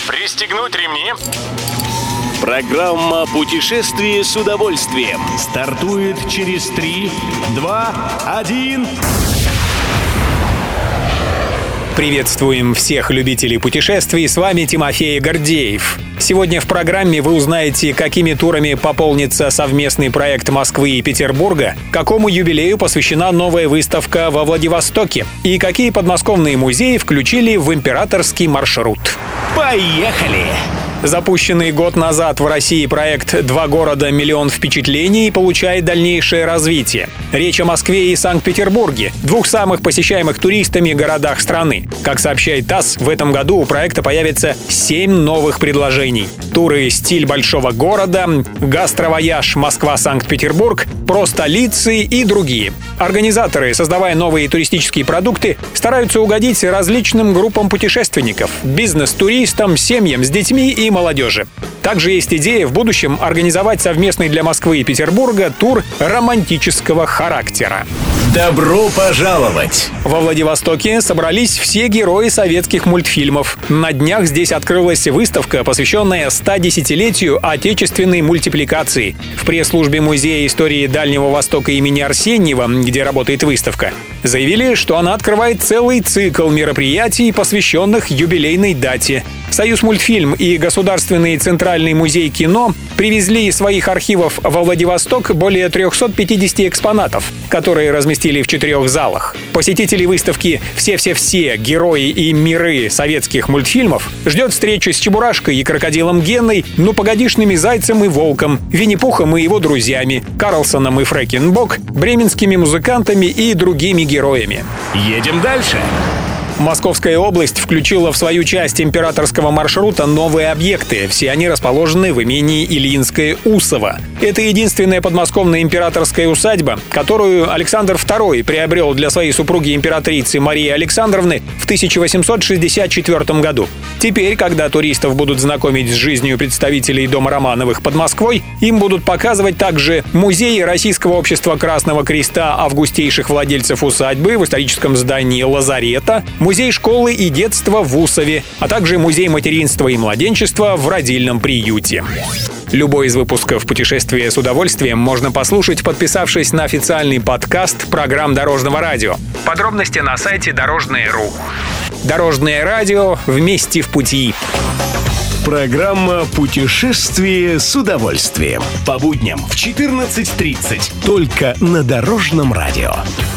Пристегнуть ремни. Программа «Путешествие с удовольствием» стартует через 3, 2, 1... Приветствуем всех любителей путешествий, с вами Тимофей Гордеев. Сегодня в программе вы узнаете, какими турами пополнится совместный проект Москвы и Петербурга, какому юбилею посвящена новая выставка во Владивостоке и какие подмосковные музеи включили в императорский маршрут. Поехали! Запущенный год назад в России проект «Два города. Миллион впечатлений» получает дальнейшее развитие. Речь о Москве и Санкт-Петербурге, двух самых посещаемых туристами городах страны. Как сообщает ТАСС, в этом году у проекта появится 7 новых предложений. Туры «Стиль большого города», «Гастровояж Москва-Санкт-Петербург», «Про столицы» и другие. Организаторы, создавая новые туристические продукты, стараются угодить различным группам путешественников – бизнес-туристам, семьям с детьми и молодежи. Также есть идея в будущем организовать совместный для Москвы и Петербурга тур романтического характера. Добро пожаловать! Во Владивостоке собрались все герои советских мультфильмов. На днях здесь открылась выставка, посвященная 110-летию отечественной мультипликации. В пресс-службе Музея истории Дальнего Востока имени Арсеньева, где работает выставка, заявили, что она открывает целый цикл мероприятий, посвященных юбилейной дате. «Союзмультфильм» и Государственный Центральный музей кино привезли из своих архивов во Владивосток более 350 экспонатов, которые разместили в 4 залах. Посетителей выставки «Все-все-все. Герои и миры советских мультфильмов» ждет встреча с Чебурашкой и крокодилом Геной, «Ну погодишными Зайцем и Волком», Винни-Пухом и его друзьями, Карлсоном и Фрэкенбок, бременскими музыкантами и другими героями. Едем дальше! Московская область включила в свою часть императорского маршрута новые объекты. Все они расположены в имении Ильинское-Усово. Это единственная подмосковная императорская усадьба, которую Александр II приобрел для своей супруги императрицы Марии Александровны в 1864 году. Теперь, когда туристов будут знакомить с жизнью представителей дома Романовых под Москвой, им будут показывать также музеи Российского общества Красного Креста августейших владельцев усадьбы в историческом здании лазарета, музей школы и детства в Усове, а также музей материнства и младенчества в родильном приюте. Любой из выпусков «Путешествия с удовольствием» можно послушать, подписавшись на официальный подкаст программ Дорожного радио. Подробности на сайте Дорожное.ру. Дорожное радио. Вместе в пути. Программа «Путешествие с удовольствием». По будням в 14:30. Только на Дорожном радио.